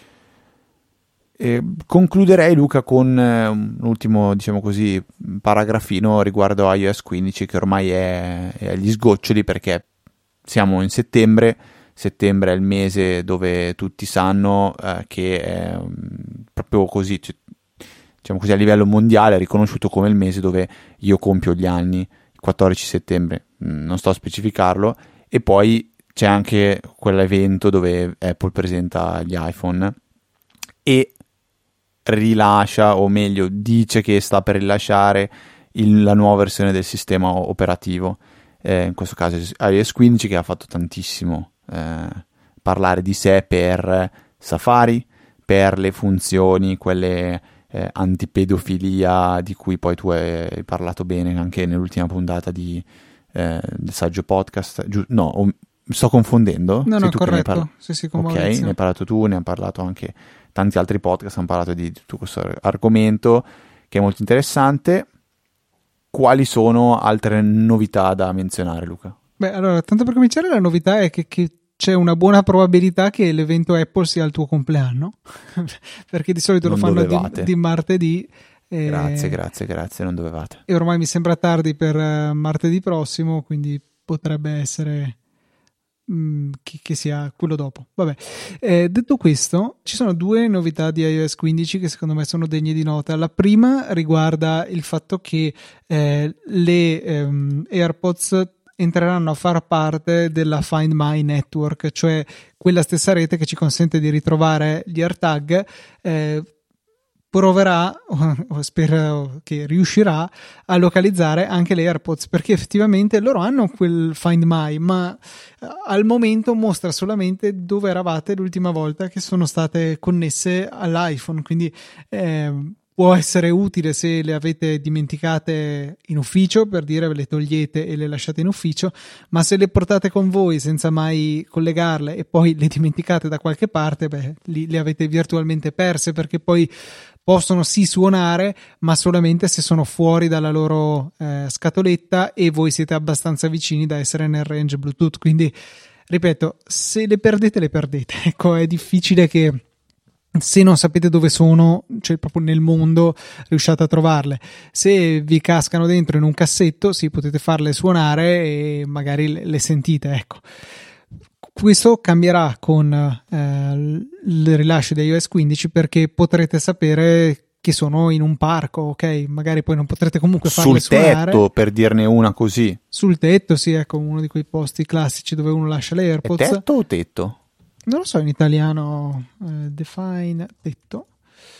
E concluderei, Luca, con eh, un ultimo, diciamo così, paragrafino riguardo a iOS quindici che ormai è, è agli sgoccioli perché siamo in settembre, settembre è il mese dove tutti sanno eh, che è um, proprio così, cioè, diciamo così, a livello mondiale è riconosciuto come il mese dove io compio gli anni, il quattordici settembre, mh, non sto a specificarlo, e poi c'è anche quell'evento dove Apple presenta gli iPhone e rilascia, o meglio dice che sta per rilasciare il, la nuova versione del sistema operativo, eh, in questo caso iOS quindici, che ha fatto tantissimo eh, parlare di sé per Safari, per le funzioni, quelle eh, antipedofilia di cui poi tu hai parlato bene anche nell'ultima puntata di, eh, del Saggio Podcast. Giu- no, o, mi sto confondendo? No, Sei no, tu che ne hai corretto. parla- Sì, sì, con ok, Maurizio. ne hai parlato tu, ne hanno parlato anche tanti altri podcast, hanno parlato di tutto questo argomento che è molto interessante. Quali sono altre novità da menzionare, Luca? Beh, allora, tanto per cominciare, la novità è che, che c'è una buona probabilità che l'evento Apple sia il tuo compleanno, perché di solito Non lo fanno dovevate. di, di martedì. E, Grazie, grazie, grazie, non dovevate. e ormai mi sembra tardi per eh, martedì prossimo, quindi potrebbe essere mm, che, che sia quello dopo. Vabbè, Eh, detto questo, ci sono due novità di iOS quindici che secondo me sono degne di nota. La prima riguarda il fatto che eh, le ehm, AirPods entreranno a far parte della Find My Network, cioè quella stessa rete che ci consente di ritrovare gli AirTag. Eh, proverà, o spero che riuscirà a localizzare anche le AirPods, perché effettivamente loro hanno quel Find My, ma al momento mostra solamente dove eravate l'ultima volta che sono state connesse all'iPhone, quindi eh, può essere utile se le avete dimenticate in ufficio, per dire ve le togliete e le lasciate in ufficio, ma se le portate con voi senza mai collegarle e poi le dimenticate da qualche parte, beh, li, le avete virtualmente perse, perché poi possono sì suonare, ma solamente se sono fuori dalla loro eh, scatoletta e voi siete abbastanza vicini da essere nel range Bluetooth. Quindi, ripeto, se le perdete, le perdete. Ecco, è difficile che, se non sapete dove sono, cioè proprio nel mondo, riusciate a trovarle. Se vi cascano dentro in un cassetto, sì, potete farle suonare e magari le, le sentite, ecco. Questo cambierà con eh, il rilascio di iOS quindici, perché potrete sapere che sono in un parco, ok? Magari poi non potrete comunque farle sul suonare. tetto, per dirne una così. Sul tetto, sì, ecco, uno di quei posti classici dove uno lascia le AirPods. È tetto o tetto? Non lo so in italiano, eh, define tetto,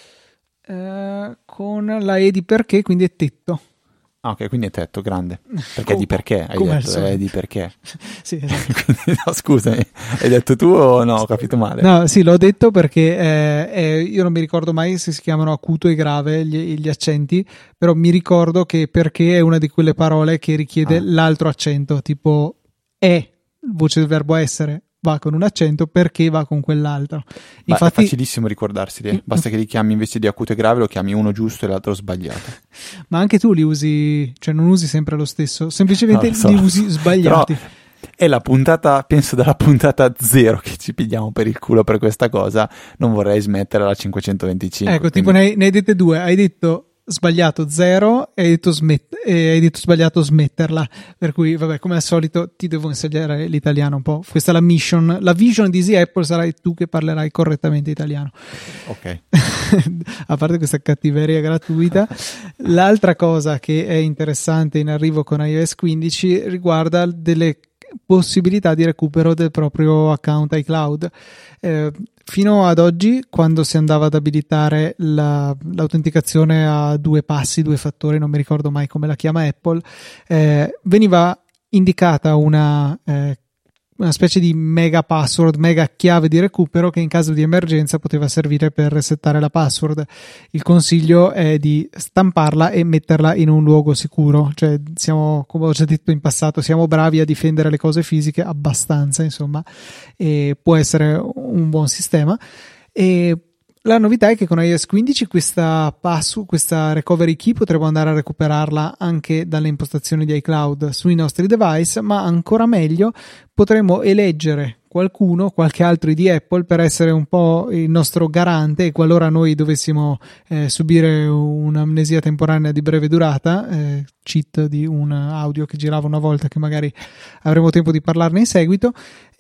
eh, con la E di perché, quindi è tetto. Ah, ok, quindi è tetto, grande. Perché Com- di perché hai come al detto? solito. È di perché. Sì, esatto. Quindi, no, scusami, hai detto tu o no? Ho capito male. No, sì, l'ho detto perché eh, eh, io non mi ricordo mai se si chiamano acuto e grave gli, gli accenti, però mi ricordo che perché è una di quelle parole che richiede Ah. l'altro accento, tipo è, voce del verbo essere, va con un accento, perché va con quell'altro. Beh, Infatti, è facilissimo ricordarseli, basta che li chiami invece di acuto e grave, lo chiami uno giusto e l'altro sbagliato. ma anche tu li usi, cioè non usi sempre lo stesso, semplicemente No, lo so. li usi sbagliati. Però è la puntata, penso dalla puntata zero che ci pigliamo per il culo per questa cosa, non vorrei smettere alla cinquecentoventicinque. Ecco, quindi... tipo ne hai, ne hai dette due, hai detto sbagliato zero e hai detto, smet- e hai detto sbagliato smetterla, per cui vabbè, come al solito ti devo insegnare l'italiano un po'. Questa è la mission, la vision di Easy Apple, sarai tu che parlerai correttamente italiano. Ok. A parte questa cattiveria gratuita, l'altra cosa che è interessante in arrivo con iOS quindici riguarda delle possibilità di recupero del proprio account iCloud. Eh, fino ad oggi, quando si andava ad abilitare la, l'autenticazione a due passi, due fattori, non mi ricordo mai come la chiama Apple, eh, veniva indicata una eh, una specie di mega password, mega chiave di recupero che in caso di emergenza poteva servire per resettare la password. Il consiglio è di stamparla e metterla in un luogo sicuro, cioè siamo, come ho già detto in passato, siamo bravi a difendere le cose fisiche abbastanza, insomma, e può essere un buon sistema. E la novità è che con iOS quindici questa password, questa recovery key, potremo andare a recuperarla anche dalle impostazioni di iCloud sui nostri device, ma ancora meglio potremo eleggere qualcuno, qualche altro di Apple, per essere un po' il nostro garante, e qualora noi dovessimo eh, subire un'amnesia temporanea di breve durata, eh, cheat di un audio che girava una volta che magari avremo tempo di parlarne in seguito,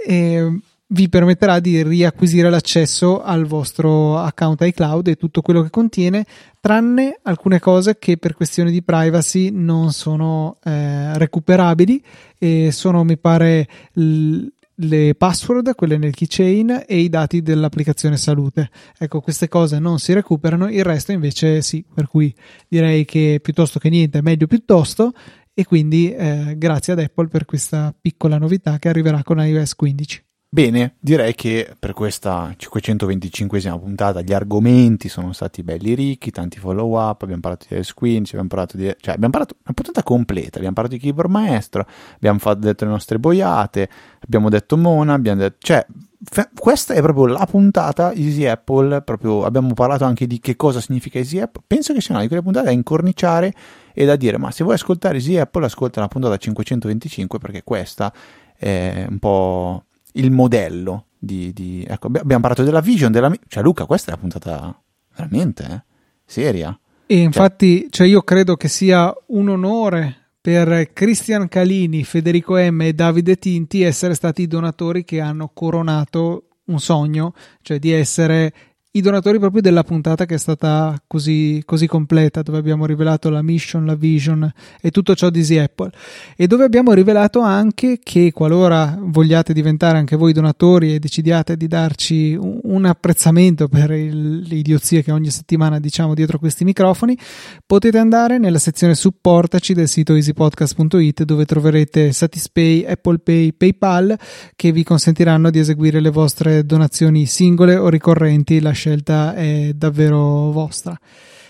eh, vi permetterà di riacquisire l'accesso al vostro account iCloud e tutto quello che contiene, tranne alcune cose che per questioni di privacy non sono eh, recuperabili, e sono, mi pare, l- le password, quelle nel keychain, e i dati dell'applicazione salute. Ecco, queste cose non si recuperano, il resto invece sì, per cui direi che piuttosto che niente, meglio piuttosto. E quindi eh, grazie ad Apple per questa piccola novità che arriverà con iOS quindici. Bene, direi che per questa cinquecentoventicinquesima puntata gli argomenti sono stati belli ricchi, tanti follow up, abbiamo parlato di iOS quindici, abbiamo parlato di, cioè abbiamo parlato una puntata completa, abbiamo parlato di keyboard maestro, abbiamo fatto, detto le nostre boiate, abbiamo detto Mona, abbiamo detto, cioè f- questa è proprio la puntata Easy Apple, proprio abbiamo parlato anche di che cosa significa Easy Apple. Penso che sia una di quelle puntate da incorniciare e da dire, ma se vuoi ascoltare Easy Apple ascolta la puntata cinquecentoventicinque, perché questa è un po' il modello di, di... Ecco, abbiamo parlato della vision della, cioè Luca, questa è la puntata veramente eh, seria, e infatti cioè... cioè io credo che sia un onore per Cristian Calini, Federico M e Davide Tinti essere stati i donatori che hanno coronato un sogno, cioè di essere i donatori proprio della puntata che è stata così, così completa, dove abbiamo rivelato la mission, la vision e tutto ciò di Easy Apple, e dove abbiamo rivelato anche che qualora vogliate diventare anche voi donatori e decidiate di darci un, un apprezzamento per il, le idiozie che ogni settimana diciamo dietro questi microfoni, potete andare nella sezione supportaci del sito easypodcast punto it, dove troverete Satispay, Apple Pay, PayPal, che vi consentiranno di eseguire le vostre donazioni singole o ricorrenti. La scelta è davvero vostra.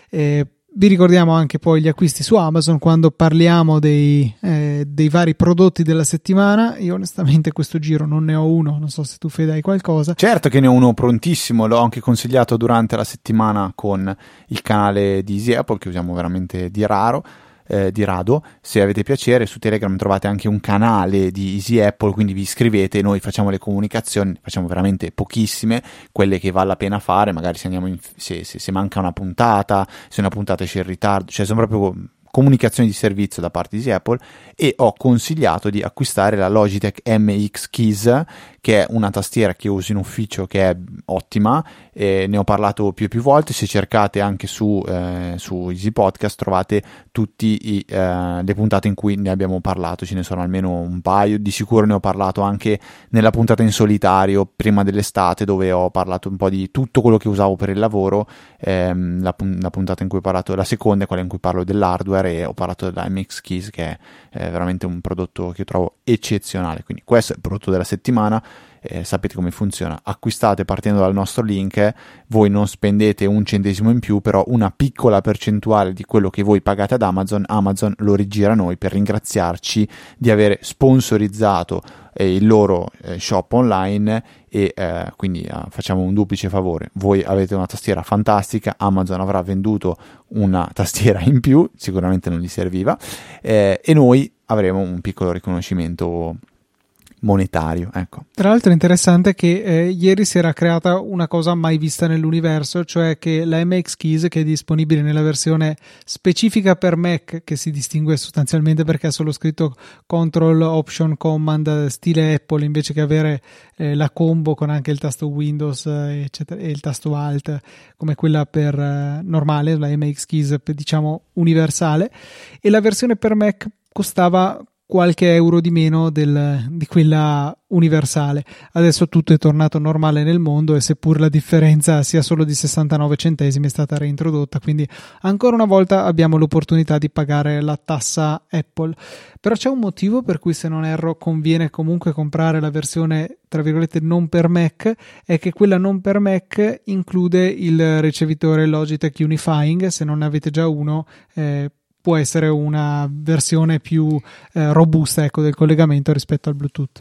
Eh, vi ricordiamo anche poi gli acquisti su Amazon quando parliamo dei, eh, dei vari prodotti della settimana. Io onestamente questo giro non ne ho uno, non so se tu Fede hai qualcosa. Certo che ne ho uno prontissimo, l'ho anche consigliato durante la settimana con il canale di Easy Apple, che usiamo veramente di raro. Eh, di rado. Se avete piacere, su Telegram trovate anche un canale di Easy Apple, quindi vi iscrivete, noi facciamo le comunicazioni, facciamo veramente pochissime, quelle che vale la pena fare, magari se, andiamo in, se, se, se manca una puntata, se una puntata esce in ritardo, cioè sono proprio comunicazioni di servizio da parte di Easy Apple. E ho consigliato di acquistare la Logitech M X Keys, che è una tastiera che uso in ufficio, che è ottima, e ne ho parlato più e più volte. Se cercate anche su, eh, su Easy Podcast trovate tutte eh, le puntate in cui ne abbiamo parlato, ce ne sono almeno un paio, di sicuro ne ho parlato anche nella puntata in solitario prima dell'estate, dove ho parlato un po' di tutto quello che usavo per il lavoro, ehm, la, la puntata in cui ho parlato, la seconda è quella in cui parlo dell'hardware, e ho parlato della M X Keys, che è eh, veramente un prodotto che trovo eccezionale. Quindi questo è il prodotto della settimana. Eh, sapete come funziona: acquistate partendo dal nostro link, voi non spendete un centesimo in più, però una piccola percentuale di quello che voi pagate ad Amazon, Amazon lo rigira a noi per ringraziarci di avere sponsorizzato eh, il loro eh, shop online, e eh, quindi eh, facciamo un duplice favore. Voi avete una tastiera fantastica, Amazon avrà venduto una tastiera in più, sicuramente non gli serviva, eh, e noi avremo un piccolo riconoscimento monetario, ecco. Tra l'altro è interessante che eh, ieri si era creata una cosa mai vista nell'universo, cioè che la M X Keys, che è disponibile nella versione specifica per Mac, che si distingue sostanzialmente perché ha solo scritto Control Option Command stile Apple, invece che avere eh, la combo con anche il tasto Windows eccetera, e il tasto Alt come quella per eh, normale, la M X Keys per, diciamo universale, e la versione per Mac costava qualche euro di meno del, di quella universale. Adesso tutto è tornato normale nel mondo, e seppur la differenza sia solo di sessantanove centesimi è stata reintrodotta, quindi ancora una volta abbiamo l'opportunità di pagare la tassa Apple. Però c'è un motivo per cui, se non erro, conviene comunque comprare la versione tra virgolette non per Mac, è che quella non per Mac include il ricevitore Logitech Unifying. Se non ne avete già uno, eh, può essere una versione più eh, robusta, ecco, del collegamento rispetto al Bluetooth.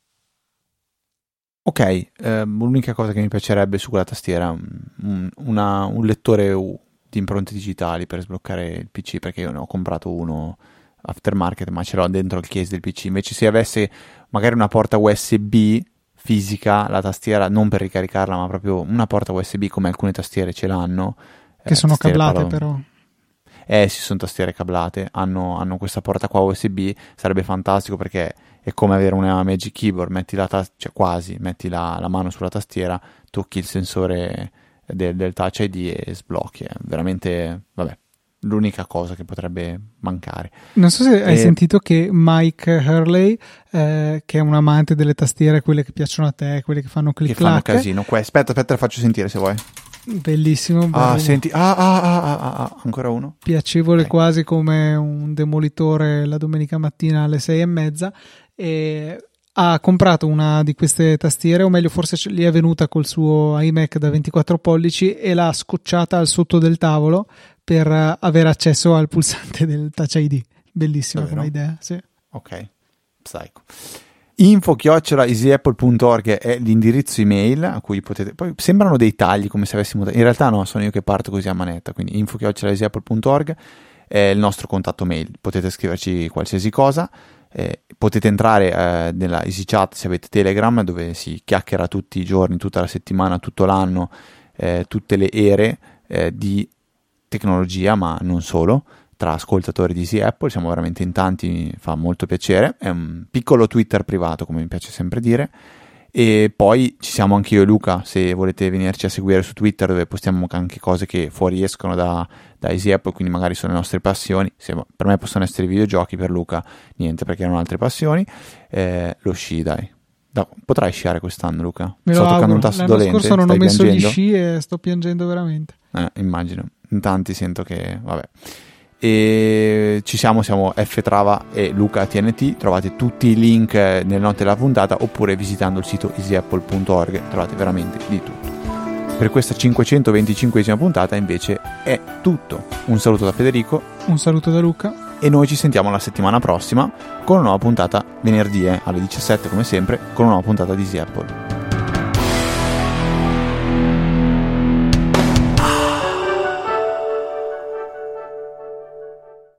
Ok, eh, l'unica cosa che mi piacerebbe su quella tastiera è un, una, un lettore U di impronte digitali per sbloccare il P C, perché io ne ho comprato uno aftermarket, ma ce l'ho dentro il case del P C. Invece se avesse magari una porta U S B fisica, la tastiera, non per ricaricarla, ma proprio una porta U S B come alcune tastiere ce l'hanno. Che eh, sono cablate parlo... però. Eh sì, sono tastiere cablate, hanno, hanno questa porta qua U S B, sarebbe fantastico, perché è come avere una Magic Keyboard, metti la ta- cioè quasi, metti la, la mano sulla tastiera, tocchi il sensore del, del Touch I D e sblocchi. È veramente, vabbè, l'unica cosa che potrebbe mancare. Non so se e... hai sentito che Mike Hurley, eh, che è un amante delle tastiere, quelle che piacciono a te, quelle che fanno click che fanno clack. casino. Que- aspetta, aspetta, la faccio sentire se vuoi. Bellissimo. Ah, bello. senti, ah, ah, ah, ah, ah, ancora uno. Piacevole, okay. Quasi come un demolitore la domenica mattina alle sei e mezza. E ha comprato una di queste tastiere, o meglio forse gli è venuta col suo iMac da ventiquattro pollici e l'ha scocciata al sotto del tavolo per avere accesso al pulsante del Touch I D. Bellissima Davvero? Come idea, sì. Ok, psycho. info chiocciola easyapple punto org è l'indirizzo email a cui potete, poi sembrano dei tagli come se avessimo, in realtà no, sono io che parto così a manetta, quindi info chiocciola easyapple punto org è il nostro contatto mail, potete scriverci qualsiasi cosa, eh, potete entrare eh, nella EasyChat se avete Telegram, dove si chiacchiera tutti i giorni, tutta la settimana, tutto l'anno, eh, tutte le ere eh, di tecnologia, ma non solo, tra ascoltatori di Easy Apple. Siamo veramente in tanti, mi fa molto piacere. È un piccolo Twitter privato, come mi piace sempre dire, e poi ci siamo anche io e Luca, se volete venirci a seguire su Twitter, dove postiamo anche cose che fuoriescono da, da Easy Apple, quindi magari sono le nostre passioni. Se per me possono essere i videogiochi, per Luca niente, perché erano altre passioni. Eh, lo sci, dai. Da, potrai sciare quest'anno, Luca? Me sto auguro. toccando un tasto L'anno dolente. L'anno scorso non Stai ho messo piangendo? gli sci e sto piangendo veramente. Eh, immagino. In tanti sento che, vabbè. E ci siamo, siamo F Trava e Luca T N T. Trovate tutti i link nelle note della puntata, oppure visitando il sito easyapple punto org trovate veramente di tutto. Per questa cinquecentoventicinquesima puntata invece è tutto. Un saluto da Federico. Un saluto da Luca. E noi ci sentiamo la settimana prossima con una nuova puntata venerdì eh, alle diciassette come sempre con una nuova puntata di Easy Apple.